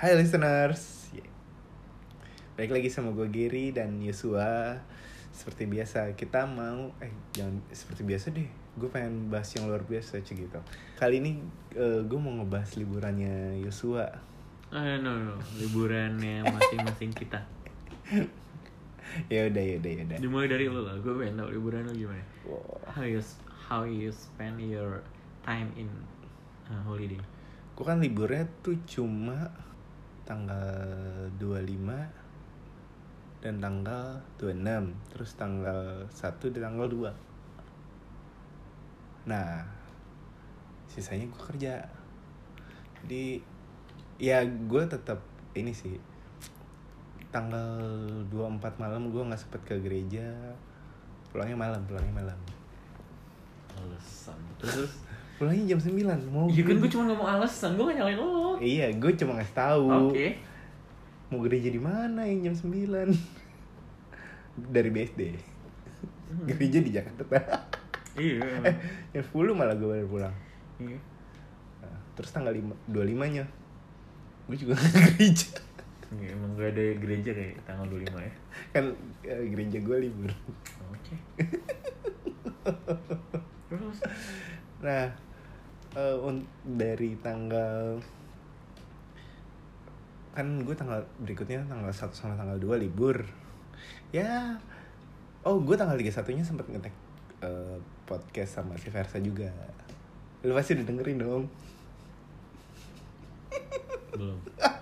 Hai listeners, balik lagi sama gue Gary dan Yosua. Seperti biasa kita mau jangan seperti biasa deh. Gue pengen bahas yang luar biasa gitu. Kali ini gue mau ngebahas liburannya Yosua. No, liburannya masing-masing kita. Ya udah. Dimulai dari lo lah, gue pengen tau liburan lo gimana. Wow. How you spend your time in holiday? Gue kan liburnya tuh cuma tanggal 25 dan tanggal 26, terus tanggal 1 dan tanggal 2. Nah, sisanya gue kerja. Jadi ya gue tetap ini sih. Tanggal 24 malam gue gak sempet ke gereja. Pulangnya malam. Alasan. Terus? Pulangnya jam 9. Iya kan gue cuma ngomong alasan, gue gak nyalain lo. Iya, gue cuma ngasih tahu. Oke. Mau gereja di mana yang jam 9? Dari BSD. Gereja di Jakarta. Iya. Yang 10 malah gue baru pulang. Iya. Nah, terus tanggal 25-nya gue juga gak ke gereja. Emang gak ada gereja kayak tanggal 25 ya? Kan gereja gue libur. Oke. Terus? Nah, dari tanggal kan gue tanggal berikutnya tanggal 1 sama tanggal 2 libur. Ya. Oh, gue tanggal 31-nya sempat nge-tag podcast sama si Versa juga. Lu pasti udah dengerin dong. Belum.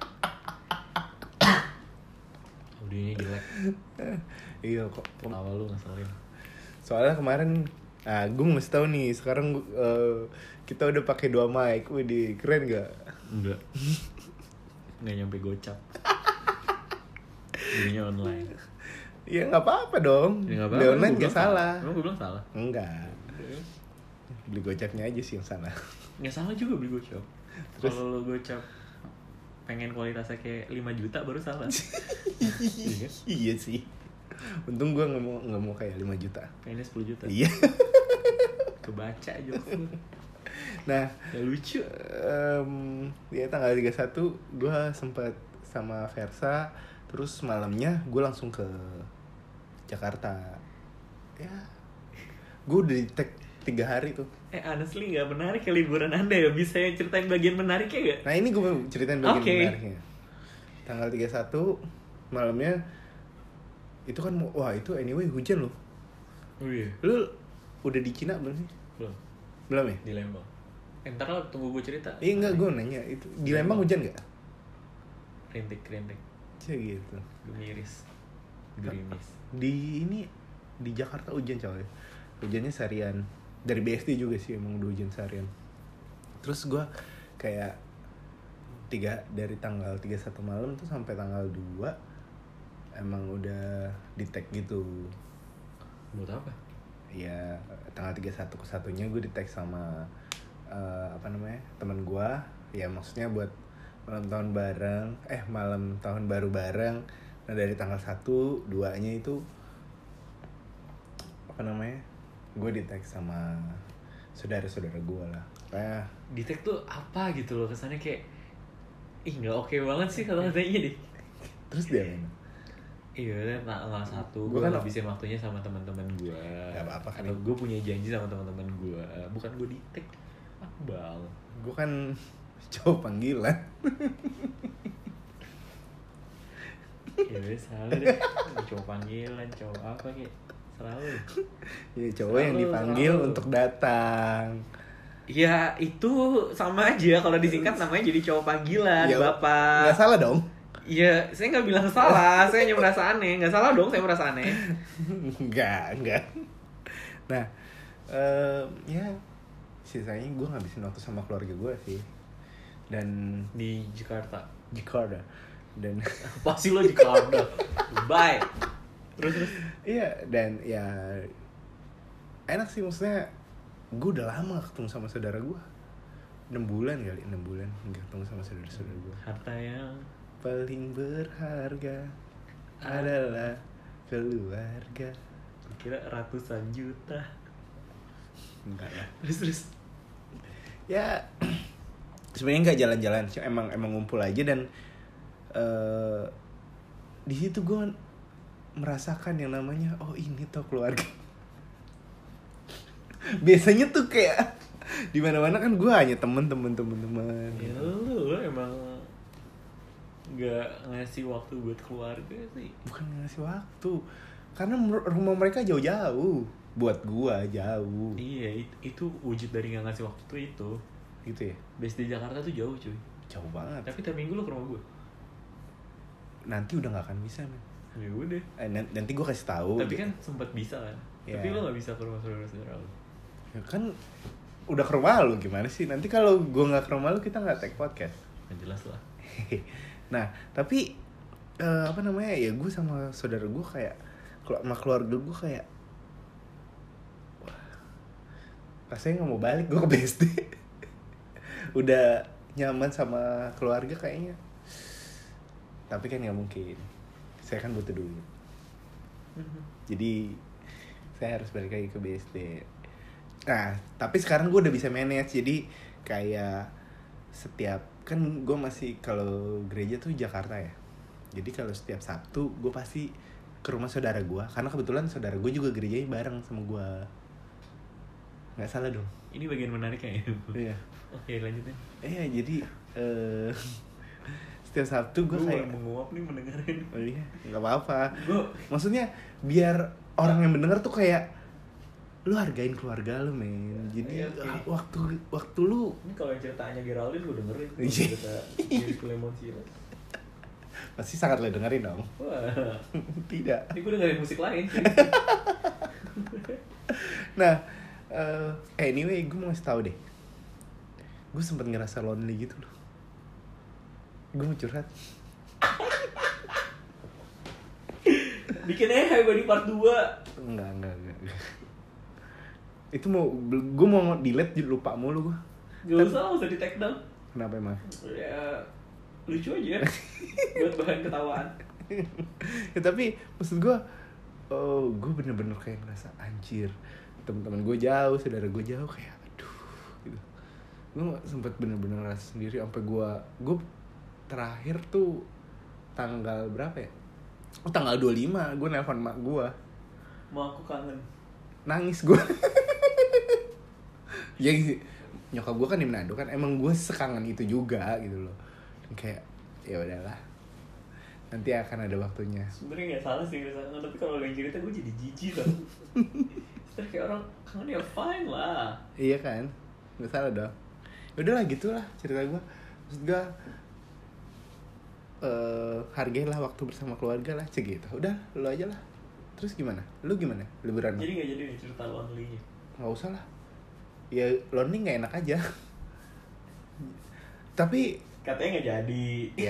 Audionya jelek. Iya kok. Awal lu ngeselin. Soalnya kemarin gue mesti tahu nih sekarang kita udah pakai 2 mic. Wih, keren gak? Enggak. Nggak nyampe gocap. Belinya online. Ya nggak apa-apa dong. Ya, beli online nggak salah. Emang gue bilang salah? Enggak. Beli gocapnya aja sih yang salah. Nggak salah juga beli gocap. Terus? Kalau lo gocap pengen kualitasnya kayak 5 juta baru salah. Iya sih. Untung gue nggak mau kayak 5 juta. Pengennya 10 juta. Iya. Kebaca aja lu. Nah, Ya lucu. Ya tanggal 31 gue sempat sama Versa. Terus malamnya gue langsung ke Jakarta. Ya, gue udah di tag 3 hari tuh. Honestly gak menarik ya liburan anda ya. Bisa ceritain bagian menariknya gak? Nah ini gue ceritain bagian Okay. menariknya. Tanggal 31 malamnya itu kan, wah itu anyway hujan loh. Oh iya. Lu udah di Cina belum sih? Belum ya? Di Lembang. Ntar lah tunggu gue cerita. Iya enggak, gue nanya itu di Lembang hujan gak? Rintik. Cya gitu. Gemiris. Gerimis. Di Jakarta hujan coy. Hujannya seharian. Dari BSD juga sih emang udah hujan seharian. Terus gue kayak dari tanggal 31 malam tuh sampai tanggal 2 emang udah di tag gitu. Buat apa? Ya tanggal 31 ke 1-nya gue di tag sama teman gue. Ya maksudnya buat malam tahun baru bareng. Nah dari tanggal 1, 2-nya itu gue di tag sama saudara-saudara gue lah. Kayak Di tag tuh apa gitu loh, kesannya kayak nggak oke banget sih kata-katanya deh. terus dia mana? Iya, tanggal 1 gue Gua kan habisin waktunya sama teman-teman gue. Gak apa-apa kan. Atau gue punya janji sama teman-teman gue. Bukan gue di tag. Bang. Gue kan cowok panggilan. Ya salah deh. Cowok panggilan, cowok apa kayak selalu. Ya cowok yang dipanggil untuk datang. Ya itu sama aja kalau disingkat namanya jadi cowok panggilan, Ya, Bapak. Gak salah dong. Iya, saya nggak bilang salah, saya hanya merasa aneh. Nggak salah dong, saya merasa aneh. Enggak. Nah, ya sisanya gue ngabisin waktu sama keluarga gue sih. Dan Di Jakarta. Dan Pasti lo Jakarta. Bye. Terus. iya, dan ya enak sih, maksudnya gue udah lama gak ketemu sama saudara gue. 6 bulan gak ketemu sama saudara-saudara gue. Harta yang Paling berharga adalah keluarga. kira ratusan juta. Enggak lah. Terus. Ya sebenarnya nggak jalan-jalan, emang ngumpul aja. Dan Di situ gue merasakan yang namanya oh ini tuh keluarga. Biasanya tuh kayak di mana-mana kan gue hanya teman. Ya lu emang nggak ngasih waktu buat keluarga sih. Bukan ngasih waktu, karena rumah mereka jauh-jauh, buat gue jauh. Iya, itu wujud dari nggak ngasih waktu tuh itu. Gitu ya. Base di Jakarta tuh jauh cuy. Jauh banget. Tapi tiap minggu lu ke rumah gue. Nanti udah nggak akan bisa men. Ya udah. Nanti gue kasih tahu. Tapi kan sempat bisa kan. Ya. Tapi lu nggak bisa ke rumah saudara-saudara lu. Ya kan udah ke rumah lu gimana sih? Nanti kalau gue nggak ke rumah lu kita nggak take podcast. Nggak jelas lah. Nah tapi apa namanya ya gue sama saudara gue kayak sama keluarga gue kayak wah, rasanya nggak mau balik gue ke BSD. Udah nyaman sama keluarga kayaknya. Tapi kan nggak mungkin. Saya kan butuh duit. Jadi saya harus balik lagi ke BSD. Nah, tapi sekarang gue udah bisa manage. Jadi kayak setiap kan gue masih kalau gereja tuh Jakarta ya. Jadi kalau setiap Sabtu gue pasti ke rumah saudara gue. Karena kebetulan saudara gue juga gerejanya bareng sama gue. Nggak salah dong. Ini bagian menariknya ya. Iya. Oke, lanjutin. Iya, jadi setiap Sabtu gue kayak menguap nih mendengarin. oh iya, nggak apa-apa. Gue Maksudnya biar orang yang mendengar tuh kayak lu hargain keluarga lu men. Jadi Iya, okay. waktu lu ini kalau yang ceritanya Geraldine gue dengerin. Kalau Iya. cerita Jericho Lemon Silas. pasti sangat lu dengerin dong. Wah. Tidak. Ini gue dengerin musik lain. Nah, anyway gue mau ngasih tahu deh. Gue sempet ngerasa lonely gitu loh. Gue mau curhat. Bikin aja gue di part 2. Enggak. Itu gue mau delete jadi lupa mulu gue. Gak usah di take down. Kenapa emang? Ya lucu aja. Buat bahan ketawaan. Ya, tapi maksud gue, gue bener-bener kayak ngerasa anjir. Teman-teman gue jauh, saudara gue jauh, kayak aduh gitu. Gue sempet bener-bener ngerasa sendiri sampai gue terakhir tuh tanggal berapa ya? Oh, tanggal 25 gue nelpon mak gue. Mau aku kangen. Nangis gue. Ya nyokap gue kan di Manado kan, emang gue sekangen itu juga gitu loh. Dan kayak ya udahlah, nanti akan ada waktunya. Sebenernya gak salah sih ngerasa kangen, tapi kalau yang cerita gue jadi jijik tau. Terus kayak orang kangen ya fine lah. Iya kan, nggak salah dong. Ya udahlah gitulah cerita gue. Maksud gue hargailah waktu bersama keluarga lah, cek gitu. Udah, lo aja lah. Terus gimana? Lu gimana? Liburan? Jadi gak jadi nih cerita lonely-nya. Nggak usah lah. Ya lonely nggak enak aja. Tapi Katanya gak jadi. ya,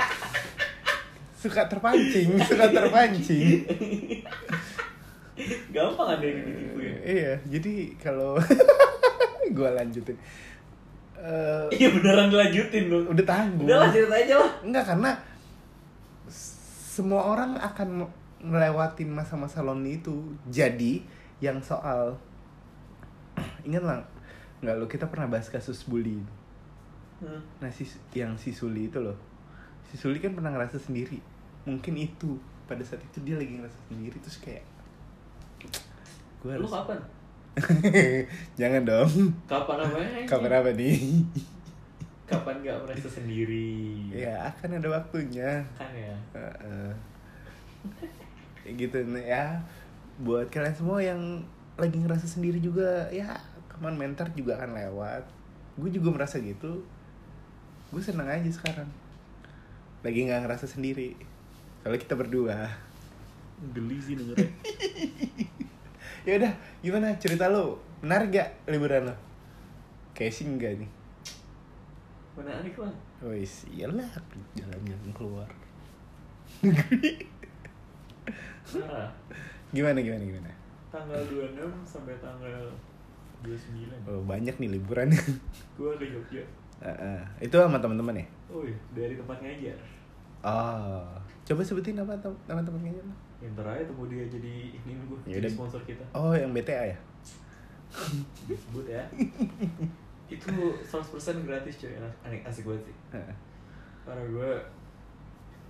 suka terpancing. Gampang ada yang ditipu ya. Iya, jadi kalau gue lanjutin. Iya beneran dilanjutin dong. Udah tanggung. Udah lah cerita aja lah. Enggak, karena semua orang akan ngelewatin masa-masa lonely itu. Jadi yang soal ingat lah nggak lo, kita pernah bahas kasus bully. Nah yang si Suli itu loh, si Suli kan pernah ngerasa sendiri. Mungkin itu pada saat itu dia lagi ngerasa sendiri, terus kayak gue Lu harus kapan? jangan dong. Kapan namanya? Kapan apa nih? Kapan gak merasa sendiri? Ya akan ada waktunya. Kan ya. Kayak gitu nih ya. Buat kalian semua yang lagi ngerasa sendiri juga, ya kapan mentor juga akan lewat. Gue juga merasa gitu. Gue seneng aja sekarang lagi nggak ngerasa sendiri. Soalnya kita berdua. Geli sih dengernya. Ya udah, gimana cerita lo? Menarik gak liburan lo? Kayak sih enggak nih. Menarik lah. Wis, iyalah jalan-jalan keluar. Parah. Gimana? Tanggal 26 sampai tanggal 29. Oh, banyak nih liburannya. Gue ke Jogja. Itu sama teman-teman ya? Oh iya, dari tempat ngajar. Oh, coba sebutin apa nama teman ngajar lo? Yang terakhir temu dia jadi ini gue, Yaudah. jadi sponsor kita. Oh, yang BTA ya? Disebut ya. Itu 100% gratis coy, asik banget sih. Karena gue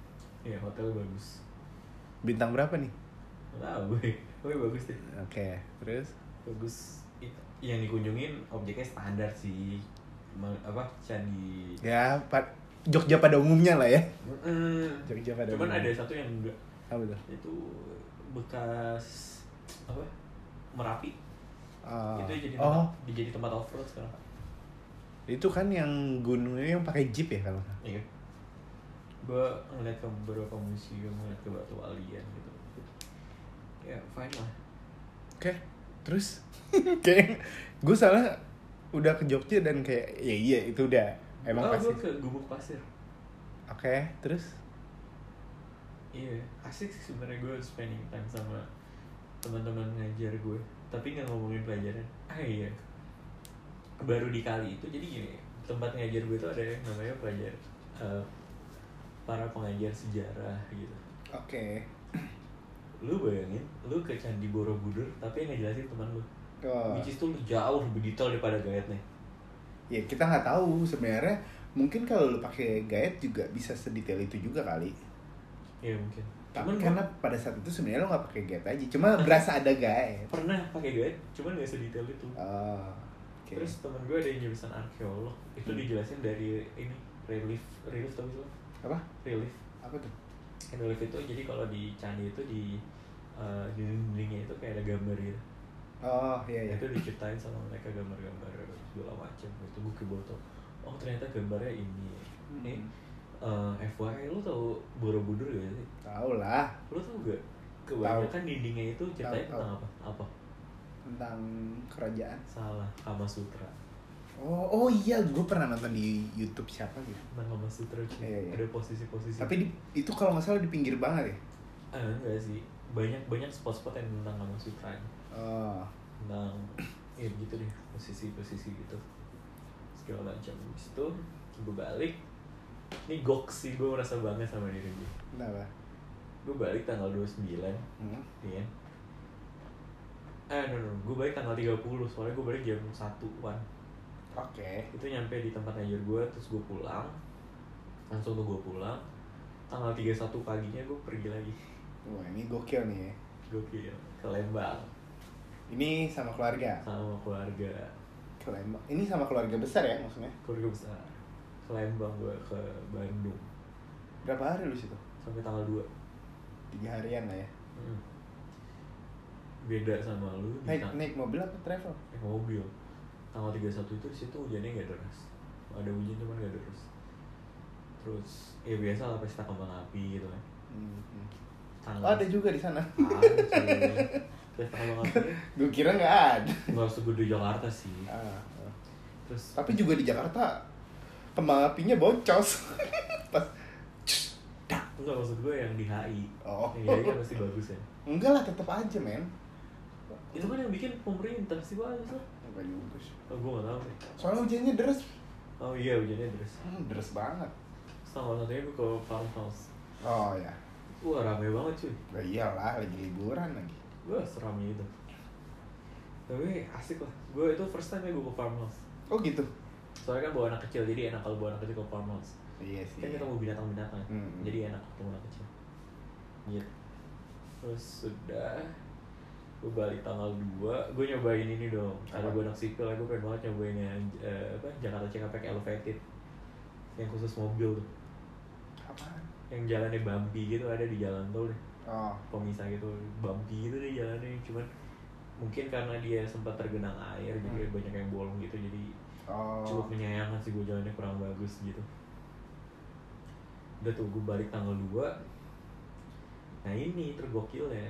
Iya, hotel bagus. Bintang berapa nih? Nggak tahu gue. Tapi bagus deh. Oke, terus? Bagus. Yang dikunjungin objeknya standar sih. Candi. Ya, Jogja pada umumnya lah ya. Jogja pada Cuman umumnya. ada satu yang enggak. Apa tuh? Itu bekas apa? Merapi. Itu jadi tempat off-road sekarang. Itu kan yang gunungnya yang pakai jeep ya kalau nggak? Iya. Gue ngeliat ke beberapa museum, ngeliat ke Batu Alian gitu. Ya fine lah. Oke, terus kayak gue salah udah ke Jogja dan kayak ya iya itu udah emang pasti. Gue ke Gubuk Pasir. Oke, terus? Iya, asik sih sebenarnya gue spending time sama teman-teman ngajar gue. Tapi nggak ngomongin pelajaran. Iya. Baru di kali itu jadi gini, tempat ngajar gue itu ada yang namanya para pengajar sejarah gitu. Oke. Lu bayangin, lu ke Candi Borobudur tapi yang ngejelasin teman lu. Which is tuh jauh lebih detail daripada guide-nya. Ya kita nggak tahu sebenarnya. Mungkin kalau lu pakai guide juga bisa sedetail itu juga kali. Iya mungkin. Tapi karena pada saat itu sebenarnya lo nggak pakai guide aja, cuma berasa ada guide. Pernah pakai guide, cuman nggak sedetail itu. Okay. Terus temen gue ada yang jurusan arkeolog, itu dijelasin dari ini relief tau gitu? Apa? Relief. Apa tuh? Relief itu jadi kalau di candi itu di dindingnya itu kayak ada gambar gitu. Oh iya. Itu diciptain sama mereka gambar-gambar segala macam. Itu gue kebawa, oh ternyata gambarnya ini. Nih FYI, lu tau Borobudur gak sih? Tahu lah. Lu tau gak? Kebanyakan dindingnya itu ceritain tentang apa? Tentang kerajaan. Salah, Kama Sutra. Oh iya, gue pernah nonton di YouTube siapa gitu. Tentang Kama Sutra cuy. Iya. Ada posisi-posisi. Tapi itu kalau nggak salah di pinggir banget ya? Enggak sih. Banyak spot-spot yang tentang Kama Sutra. Tentang ya gitu deh, posisi-posisi gitu. Segala macam. Habis itu gue balik. Ini goks sih, gue merasa bangga sama diri gue. Kenapa? Gue balik tanggal 29. Iya. Gue balik tanggal 30, soalnya gue balik jam 1-an. Oke. Itu nyampe di tempat ngajar gue, terus gue pulang. Langsung tuh gue pulang. Tanggal 31 paginya gue pergi lagi. Wah ini gokil nih ya. Gokil, ke Lembang. Ini sama keluarga? Sama keluarga. Ke Lembang? Ini sama keluarga besar ya maksudnya? Keluarga besar. Ke Lembang gue, ke Bandung. Berapa hari lu situ? Sampai tanggal 2. 3 harian lah ya? Beda sama lu. Naik mobil apa travel? Naik mobil. Tanggal 31 itu di situ hujannya gak deras. Ada hujan cuman gak deras. Terus ya biasa lah pesta kembang api gitu kan. Ada juga di sana. Ada. Pesta kembang api. Gue kira nggak ada. Nggak segede Jakarta sih. Terus. Tapi juga di Jakarta kembang apinya boncos. Pas. Enggak, maksud gue yang di HI. Yang di HI kan pasti bagus ya. Enggak lah, tetap aja men. Itu kan yang bikin pemerintah sih bagus lah. Enggak juga sih. Gue nggak tahu deh. Soalnya hujannya deras. Oh iya, hujannya deras. Deras banget. Salah satunya gue ke farmhouse. Oh ya. Wah rame banget cuy. Nah, iyalah, lagi liburan lagi. Gue seramai itu. Tapi asik lah. Gue itu first time ya gue ke farmhouse. Oh gitu. Soalnya kan bawa anak kecil, jadi enak kalau bawa anak kecil ke farmhouse. Iya sih. Kan ketemu binatang-binatang. Jadi enak ketemu anak kecil. Gitu. Terus sudah gue balik tanggal 2, gue nyobain ini dong. Karena gue anak sipil, gue pengen banget nyobain yang Jakarta Cikampek Elevated, yang khusus mobil tuh. Apaan? Yang jalannya bumpy gitu, ada di jalan tol deh. Pemisah gitu, bumpy gitu deh jalannya. Cuman mungkin karena dia sempat tergenang air, jadi banyak yang bolong gitu. Jadi cukup menyayangkan sih, gue jalannya kurang bagus gitu. Udah tuh gue balik tanggal 2. Nah ini tergokil ya.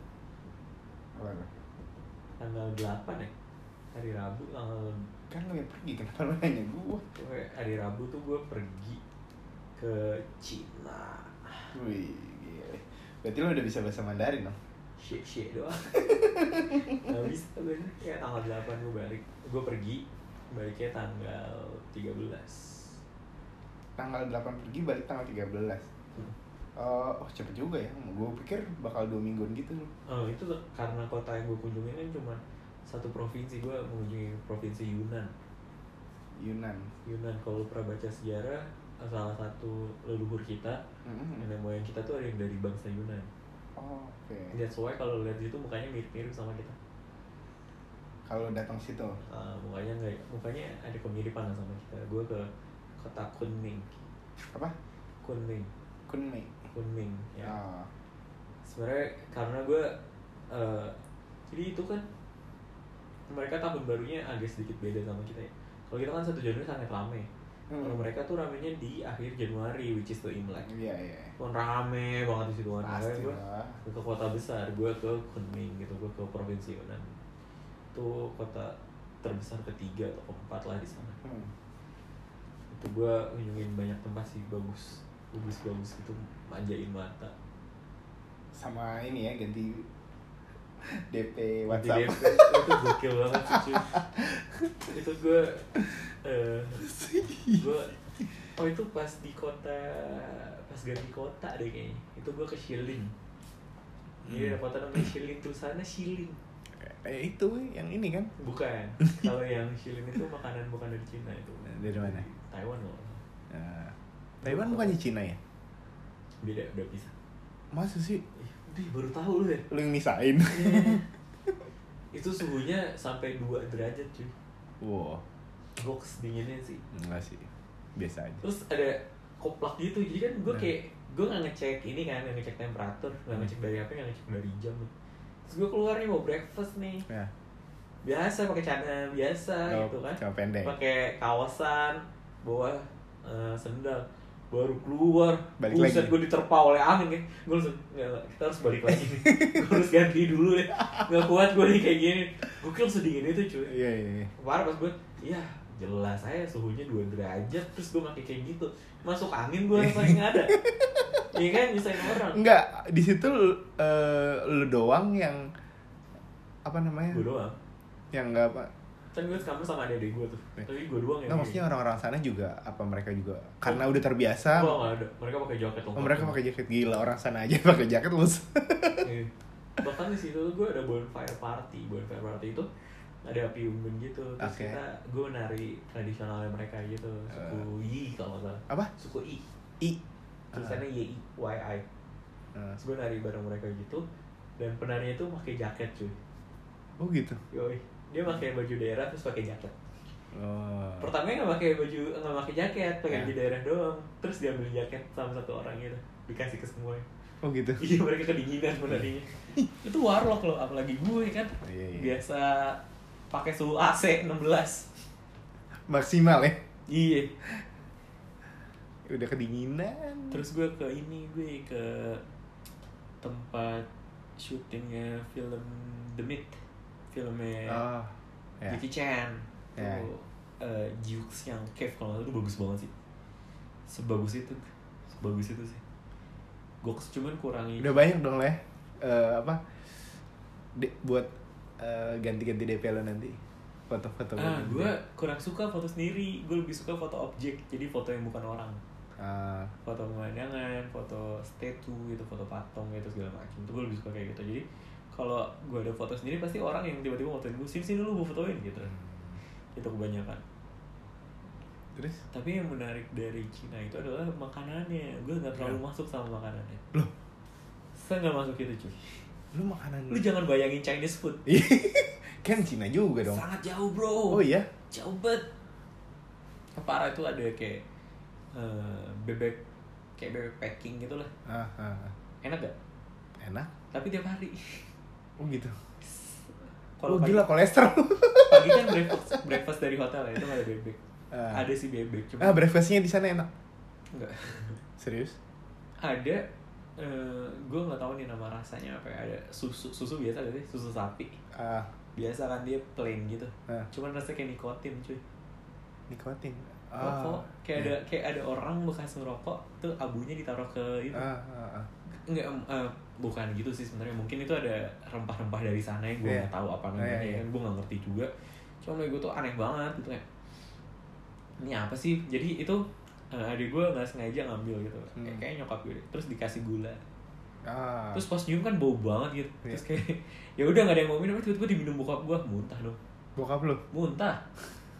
Tanggal 8 ya, hari Rabu tanggal. Kan lo yang pergi, kenapa lo nanya gue? Hari Rabu tuh gue pergi ke Cina. Wih, gila. Berarti lo udah bisa bahasa Mandarin dong? Shit doang. Gak bisa gue. Ya tanggal 8 gue balik. Gue pergi, baliknya tanggal 13. Tanggal 8 pergi, balik tanggal 13. Oh cepet juga ya. Gue pikir bakal 2 mingguan gitu. Itu karena kota yang gue kunjungin kan cuma satu provinsi. Gue mengunjungi provinsi Yunnan. Kalau pernah baca sejarah, salah satu leluhur kita, nenek moyang kita tuh ada yang dari bangsa Yunan. Oke. That's why kalau lihat situ mukanya mirip-mirip sama kita. Kalau datang situ. Mukanya ada kemiripan sama kita. Gue ke kota Kunming. Apa? Kunming. Ya. Sebenarnya karena gue jadi itu kan mereka tahun barunya agak sedikit beda sama kita ya. Kalau kita kan 1 Januari sangat rame. Kalau mereka tuh ramenya di akhir Januari, which is the Imlek. Iya. Kan rame banget di situ kan. Pasti Gue lah. ke kota besar, gue ke Kunming gitu, gue ke provinsi Yunnan. Itu kota terbesar ketiga atau keempat lah di sana. Itu gue kunjungin banyak tempat sih, bagus gitu, manjain mata. Sama ini ya, ganti DP WhatsApp. Itu gokil banget sih cuy. Itu gue itu pas ganti kota deh kayaknya. Itu gue ke Shilin. Iya, ada kota namanya Shilin, tulisannya Shilin. Itu yang ini kan? Bukan. Kalau yang Shilin itu makanan bukan dari Cina itu. Dari mana? Taiwan loh. Taiwan bukannya Cina ya? Beda, udah pisah. Masa sih? Baru tahu lu ya? Lu yang misahin? Itu suhunya sampai 2 derajat cuy. Wow. Box dinginnya sih. Enggak sih, biasa aja. Terus ada koplak gitu, jadi kan gue nggak ngecek ini kan, nggak ngecek temperatur, nggak ngecek dari HP, nggak ngecek dari jam. Terus gue keluar nih mau breakfast nih. Ya. Biasa pakai celana biasa gitu kan. Celana pendek. Pakai kaosan, bawa sendal. Baru keluar, buset gue diterpa oleh angin kan. Gue langsung, kita harus balik lagi nih. Gue harus ganti dulu deh. Gak kuat gue nih kayak gini. Gue kira sedingin itu cuy. Iya. Parah pas gue, jelas saya suhunya 2 derajat. Terus gue pakai kayak gitu. Masuk angin gue yang paling ada. Iya kan, nyusahin orang. Enggak, di situ lu doang yang apa namanya? Gue doang. Yang enggak apa? Kan gue sekamar sama adik gue tuh. Tapi gue doang yang. Nah, maksudnya orang-orang sana juga apa mereka juga karena udah terbiasa. Gue nggak ada. Mereka pakai jaket lengkap. Mereka pakai jaket, gila, orang sana aja pakai jaket lu. Bahkan di situ gue ada bonfire party. Bonfire party itu ada api unggun gitu. Terus gue nari tradisionalnya mereka gitu. Suku Yi kalau nggak salah. Apa? Suku I. Tulisannya YI. Terus gue nari bareng mereka gitu. Dan penarinya itu pakai jaket cuy. Oh gitu. Yoi. Dia pakai baju daerah terus pakai jaket. Pertamanya nggak pakai jaket, pakai baju daerah doang. Terus diambil jaket sama satu orang gitu, dikasih ke semuanya. Oh gitu. Iya, mereka kedinginan menarinya. Itu warlock loh, apalagi gue kan. Iya. Biasa pakai suhu AC 16. Maksimal ya. Iya. Udah kedinginan. Terus gue ke tempat syutingnya film The Myth. Filmnya Jackie Chan. Tuh Jukes yang Cave kalau itu bagus banget sih. Sebagus itu sih. Goks cuman kurangi. Udah banyak dong lah buat ganti-ganti DP lo nanti. Foto-foto. Gue kurang suka foto sendiri. Gue lebih suka foto objek. Jadi foto yang bukan orang. Foto pemandangan, foto statue gitu, foto patung gitu segala macam. Itu gue lebih suka kayak gitu. Jadi kalau gue ada foto sendiri pasti orang yang tiba-tiba fotoin gue, sini dulu gue fotoin gitu. Itu kebanyakan. Terus? Tapi yang menarik dari Cina itu adalah makanannya. Gue nggak terlalu masuk sama makanannya. Loh? Saya nggak masuk itu cuy. Lu jangan bayangin Chinese food. Kan Cina juga dong. Sangat jauh bro. Oh iya? Jauh banget. Parah itu ada kayak bebek packing gitu lah. Enak gak? Enak. Tapi tiap hari. Oh gitu. Kalau gila kolesterol. Pagi kan breakfast dari hotel ya, itu gak ada bebek. Ada sih bebek. Breakfastnya di sana enak? Enggak. Serius? Ada. Gue nggak tahu nih nama rasanya apa ya. Ada susu biasa gak sih? Susu sapi. Biasa kan dia plain gitu. Cuman rasanya kayak nikotin cuy. Nikotin? Rokok. Kayak ada orang bekas ngerokok tuh abunya ditaruh ke itu. Enggak, bukan gitu sih sebenarnya. Mungkin itu ada rempah-rempah dari sana yang gue nggak tahu apa namanya. Gue nggak ngerti juga. Cuma gue tuh aneh banget gitu kayak. Ini apa sih? Jadi itu adik gue nggak sengaja ngambil gitu. Kayak nyokap gue. Terus dikasih gula. Terus pas nyium kan bau banget gitu. Terus kayak ya udah nggak ada yang mau minum. Tiba-tiba diminum bokap gue, muntah dong. Bokap lu? Muntah.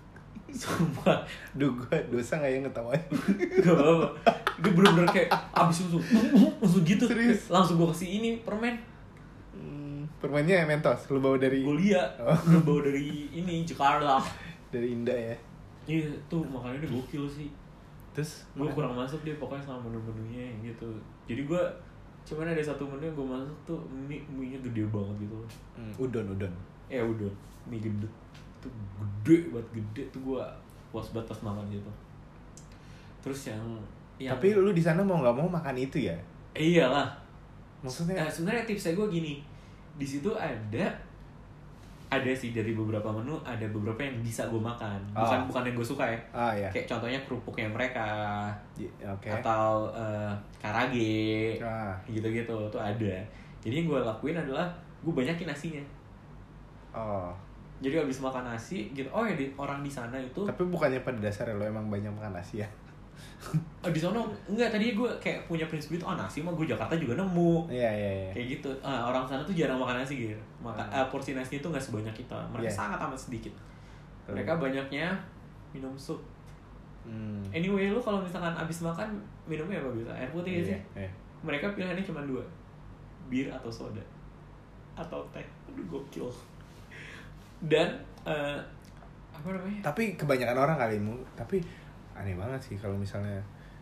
Sumpah. Duh, gue dosa gak ya ngetawain? Gak apa-apa. Dia bener-bener kayak abis itu langsung gitu. Serius? Langsung gue kasih ini permen. Permennya Mentos, lu bawa dari Golia. Gue bawa dari ini Jakarta. dari Indah ya. Iya tuh makanya dia gokil sih. Terus Gue kurang masuk dia pokoknya sama menu-menunya gitu. Jadi gue cuman ada satu menu yang gue masuk tuh mie-nya gede banget gitu. udon. Ya udah mie gede tuh gede banget gede tuh gue puas batas makan gitu. Terus yang tapi lu di sana mau nggak mau makan itu ya? Iyalah. Maksudnya sebenarnya tipsnya gue gini, di situ ada sih dari beberapa menu, ada beberapa yang bisa gue makan, bukan yang gue suka ya. Iya. Kayak contohnya kerupuknya mereka, okay. atau karage, gitu-gitu tuh ada. Jadi yang gue lakuin adalah gue banyakin nasinya. Jadi abis makan nasi gitu, ya orang di sana itu. Tapi bukannya pada dasarnya lo emang banyak makan nasi ya? Di sana enggak, tadi gue kayak punya prinsip itu, nasi mah gue Jakarta juga nemu. Iya. Kayak gitu. Orang sana tuh jarang makan nasi gitu. Porsi nasi itu nggak sebanyak kita. Mereka sangat amat sedikit. Mereka banyaknya minum sup. Anyway, lu kalau misalkan abis makan minumnya apa bisa? Air putih sih. Mereka pilihannya cuma 2. Bir atau soda. Atau teh. Aduh gokil. Dan apa namanya? Tapi kebanyakan orang kalimu, tapi aneh banget sih kalau misalnya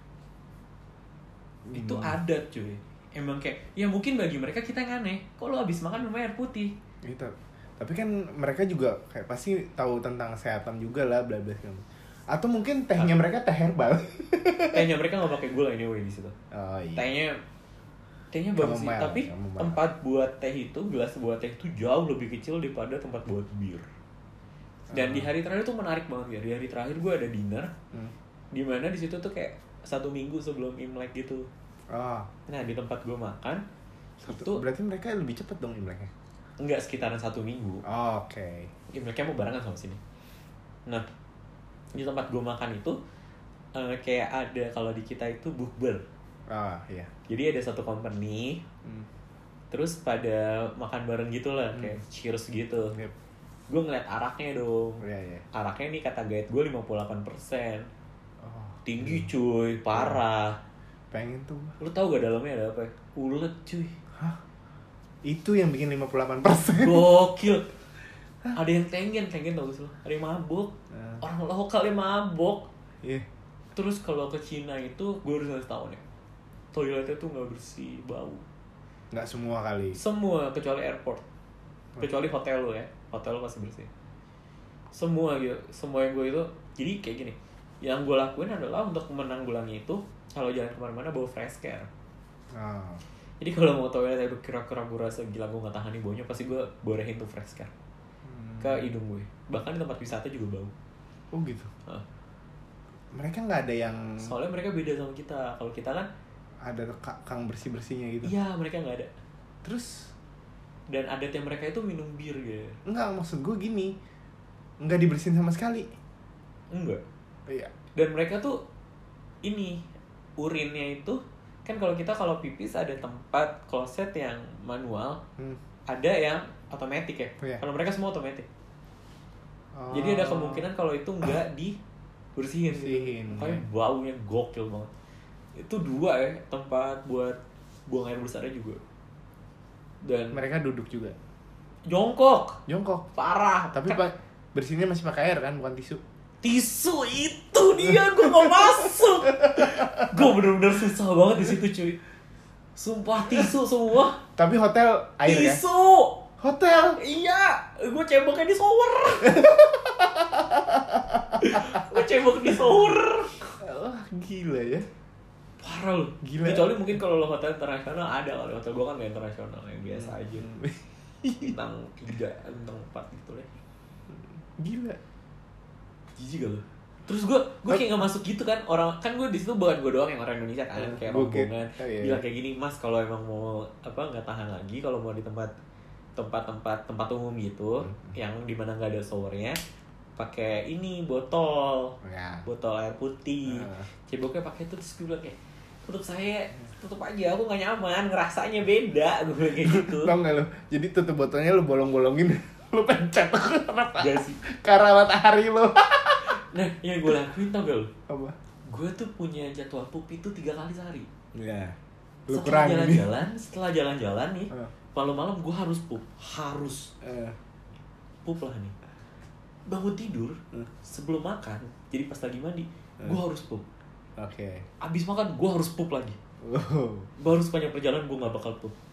itu adat cuy. Emang kayak ya mungkin bagi mereka kita yang aneh. Kok lo abis makan minum air putih? Gitu. Tapi kan mereka juga kayak pasti tahu tentang kesehatan juga lah, bla bla segala. Atau mungkin tehnya mereka teh herbal. Tehnya mereka nggak pakai gula anyway di situ. Iya. Tehnya bagus sih, tapi tempat buat teh itu, gelas buat teh itu jauh lebih kecil daripada tempat buat bir. Dan di hari terakhir tuh menarik banget ya. Di hari terakhir gue ada dinner, di mana di situ tuh kayak 1 minggu sebelum Imlek gitu. Nah di tempat gue makan, itu berarti mereka lebih cepet dong Imleknya? Enggak, sekitaran 1 minggu. Oke. Imleknya mau barengan sama sini. Nah di tempat gue makan itu kayak ada, kalau di kita itu bukber. Iya. Jadi ada satu company, terus pada makan bareng gitu lah, kayak cheers gitu. Yep. Gue ngeliat araknya dong. Iya. Araknya nih kata guide gue 58%. Tinggi cuy, parah. Pengen tuh. Lu tau gak dalamnya ada apa? Ulet cuy. Hah? Itu yang bikin 58%. Gokil. Ada yang tengen tau gak sih lo? Ada yang mabuk. Orang lokal yang mabuk. Iya. Terus kalau ke Cina itu, gue harus ngasih tau nih, toiletnya tuh gak bersih, bau. Nggak semua kali. Semua, kecuali airport. Kecuali hotel lo ya. Hotel lo pasti bersih. Semua gitu. Semua yang gue itu, jadi kayak gini. Yang gue lakuin adalah untuk menanggulangi itu, kalau jalan kemana-mana bawa fresh care. Jadi kalau mau toilet itu kira-kira gue rasa gila gue gak tahan nih baunya, pasti gue borehin tuh fresh care ke hidung gue. Bahkan di tempat wisata juga bau. Oh gitu. Mereka nggak ada yang. Soalnya mereka beda sama kita. Kalau kita kan ada kang bersih-bersihnya gitu. Iya, mereka nggak ada. Terus dan adatnya mereka itu minum bir gitu. Enggak, maksud gue gini, nggak dibersihin sama sekali. Enggak. Iya. Dan mereka tuh ini urinnya itu kan, kalau kita kalau pipis ada tempat kloset yang manual, ada yang otomatis ya. Kalau mereka semua otomatis. Jadi ada kemungkinan kalau itu nggak dibersihin. Makanya baunya gokil banget. Itu 2 ya tempat buat buang air besarnya juga. Dan mereka duduk juga. Jongkok. Parah. Tapi bersihnya masih pakai air kan, bukan tisu. Tisu itu dia gue mau masuk. Gue bener-bener susah banget di situ cuy. Sumpah tisu semua. Tapi hotel air ya? Tisu. Hotel? Iya. Gue ceboknya di shower. Gue cebok di shower. Gila ya. Parah loh. Gila. Kecuali mungkin kalau lo hotel internasional ada. Kalau hotel gue kan gak internasional, yang biasa aja. Bintang 3, bintang 4 gitu lah. Gila. Jijik gak lo? Terus gue kayak gak masuk gitu kan. Orang kan gue di situ bukan gue doang yang orang Indonesia kan, kayak rombongan bilang kayak gini, Mas kalau emang mau nggak tahan lagi, kalau mau di tempat umum gitu, yang dimana nggak ada showernya, pakai ini botol air putih, ceboknya pakai itu. Terus gue bilang kayak, tutup aja, aku nggak nyaman, ngerasanya beda, gue bilang kayak gitu. Tau nggak lo? Jadi tutup botolnya lo bolong-bolongin, lo pencet Gak sih? ke arah matahari lo. Nah, yang gue lakuin tau gak lu? Apa? Gue tuh punya jadwal pup itu 3 kali sehari. Ya. Lu Setelah kurang jalan-jalan nih, malam-malam gue harus pup. Pup lah nih. Bangun tidur, sebelum makan, jadi pas lagi mandi, gue harus pup. Oke. Abis makan, gue harus pup lagi. Baru sepanjang perjalanan gue gak bakal pup.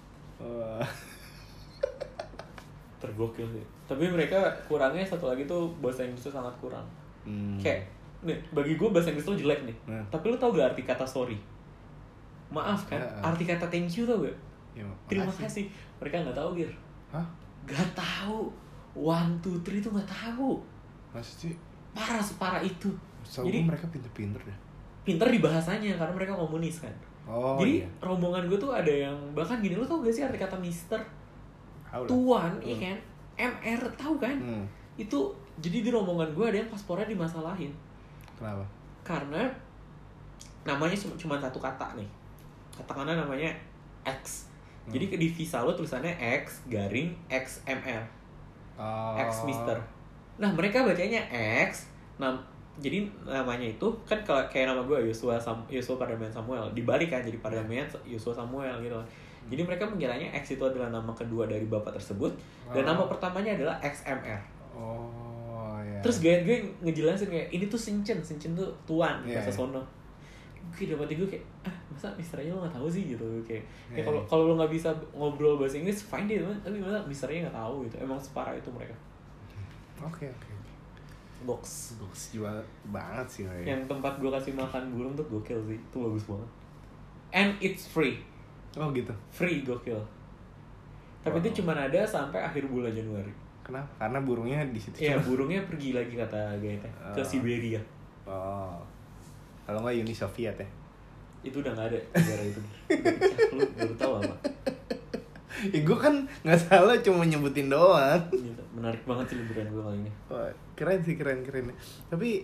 Tergokil sih. Tapi mereka kurangnya satu lagi tuh bahasa Inggrisnya sangat kurang. Kayak nih, bagi gue bahasa Inggris tuh jelek nih. Tapi lu tau gak arti kata sorry? Maaf kan? Arti kata thank you tau gak? Ya, terima kasih. Mereka gak tahu, Gir. Hah? Gak tahu. 1, 2, 3 tuh gak tahu. Maksudnya? Separah itu. Jadi mereka pinter-pinter deh. Pinter di bahasanya karena mereka komunis kan. Jadi rombongan gue tuh ada yang bahkan gini, lu tau gak sih arti kata mister? Tuan, iya kan? MR, tahu kan? Itu jadi di rombongan gue ada yang paspornya dimasalahin. Kenapa? Karena namanya cuma satu kata nih. Katakanlah namanya X. Jadi di visa lo tulisannya X garing XMR. X Mister. Nah, mereka bacanya X. Jadi namanya itu kan kalau kayak nama gue Yosua Pardamian Samuel, dibalik kan jadi Pardamian Yosua Samuel gitu. Jadi mereka mengiranya X itu adalah nama kedua dari bapak tersebut dan nama pertamanya adalah XMR. Terus gue ngejelasin kayak ini tuh Sincen tuh tuan bahasa sono. Gue dapat gue kayak masa misternya lo nggak tahu sih gitu kayak kalau lo nggak bisa ngobrol bahasa Inggris fine deh tapi masa misternya nggak tahu gitu. Emang separah itu mereka. Oke. Box jual banget sih kayak. Yang tempat gue kasih makan burung tuh gokil sih, itu bagus banget. And it's free. Oh gitu. Free, gokil. Tapi itu cuma ada sampai akhir bulan Januari. Kenapa? Karena burungnya di situ. Iya, burungnya pergi lagi kata Gaeta ke Siberia. Kalau nggak Uni Soviet ya? Itu udah nggak ada negara itu. Lu baru tahu apa? Ya gue kan nggak salah, cuma nyebutin doang. Gitu. Menarik banget sih liburan gue kali ini. Keren sih, keren. Tapi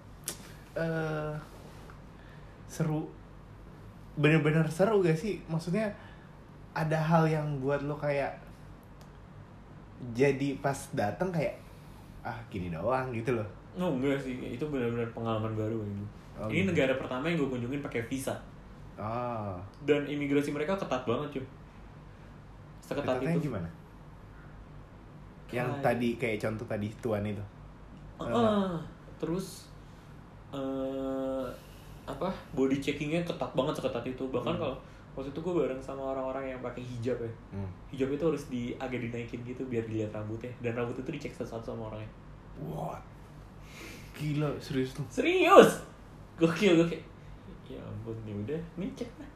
seru, bener-bener seru gak sih? Maksudnya ada hal yang buat lo kayak jadi pas datang kayak gini doang gitu loh. Enggak sih, itu benar-benar pengalaman baru ini. Ini negara pertama yang gue kunjungin pakai visa. Dan imigrasi mereka ketat banget cuy. Seketat itu. Gimana? Yang tadi kayak contoh tadi tuan itu. Terus body checkingnya ketat banget, seketat itu. Bahkan kalau waktu itu gue bareng sama orang-orang yang pakai hijab ya. Hijab itu harus agak dinaikin gitu biar dilihat rambutnya, dan rambut itu dicek satu-satu sama orangnya. What? Gila, serius tuh? Serius? Gokil. Ya ampun, ya udah, nih cek lah.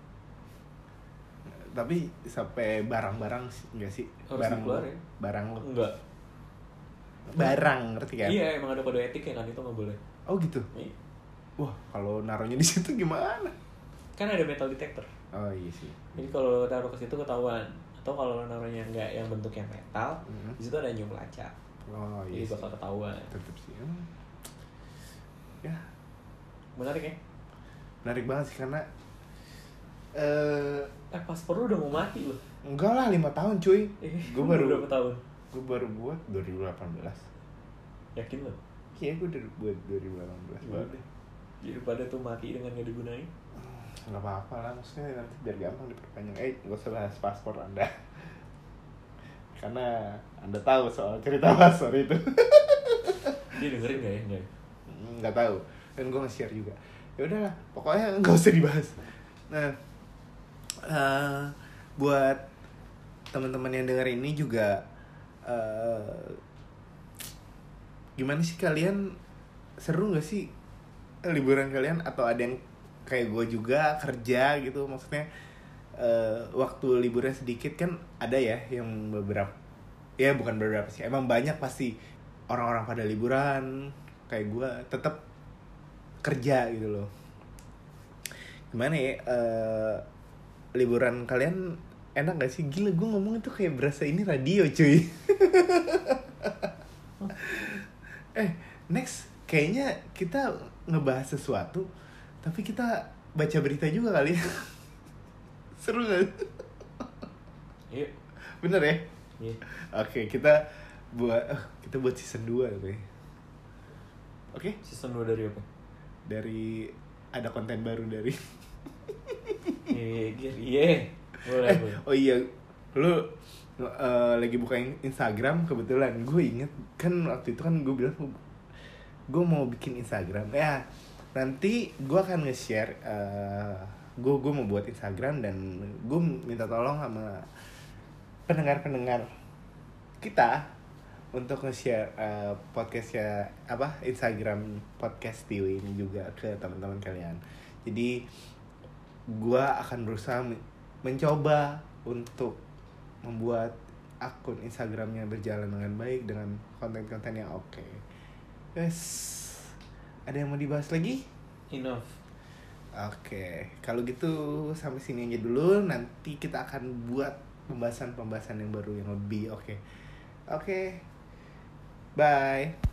Tapi sampai barang-barang enggak sih? Harus dikeluarin. Barang lo? Enggak. Barang, ngerti kan? Iya, emang ada kode etik ya kan, itu nggak boleh. Oh gitu? Iya. Wah, kalau naruhnya di situ gimana? Kan ada metal detector. Oh iya sih. Jadi kalau taruh ke situ ketahuan. Atau kalau naruhnya nggak yang bentuknya metal, di situ ada nyum pelacak. Oh iya. Jadi bakal ketahuan. Tetep sih. Ya. Menarik ya? Menarik banget sih karena paspor lu udah mau mati loh. Enggak lah, 5 tahun cuy. Gue baru berapa tahun? Gue baru buat 2018. Yakin lo? Iya, gue udah buat 2018 banget. Daripada tuh mati dengan gak digunain. Gak apa-apa lah, maksudnya nanti biar gampang diperpanjang. Gak usah bahas paspor Anda. Karena Anda tahu soal cerita paspor itu. Dia dengerin gak ya? Gak tahu. Dan gue nge-share juga. Ya udahlah, pokoknya gak usah dibahas. Nah, buat teman-teman yang denger ini juga, gimana sih kalian, seru gak sih liburan kalian? Atau ada yang kayak gue juga kerja gitu, maksudnya waktu liburnya sedikit kan ada ya yang beberapa, ya bukan beberapa sih, emang banyak pasti orang-orang pada liburan, kayak gue tetap kerja gitu loh. Gimana ya, liburan kalian enak gak sih? Gila, gue ngomong itu kayak berasa ini radio cuy. Next kayaknya kita ngebahas sesuatu tapi kita baca berita juga kali ya. Seru gak? Iya. Bener ya? Iya. Oke, kita buat season 2 kali. Oke? Season 2 dari apa? Dari ada konten baru dari Iya. Boleh. oh iya, lu lagi buka Instagram kebetulan. Gue inget kan waktu itu kan gue bilang gue mau bikin Instagram. Ya, nanti gue akan nge-share gue mau buat Instagram dan gue minta tolong sama pendengar-pendengar kita untuk nge-share podcastnya Instagram podcast Tiwi ini juga ke teman-teman kalian. Jadi gue akan berusaha mencoba untuk membuat akun Instagramnya berjalan dengan baik dengan konten-konten yang oke. Yes, ada yang mau dibahas lagi? Enough. Oke, kalau gitu sampai sini aja dulu. Nanti kita akan buat pembahasan yang baru yang lebih oke. Bye.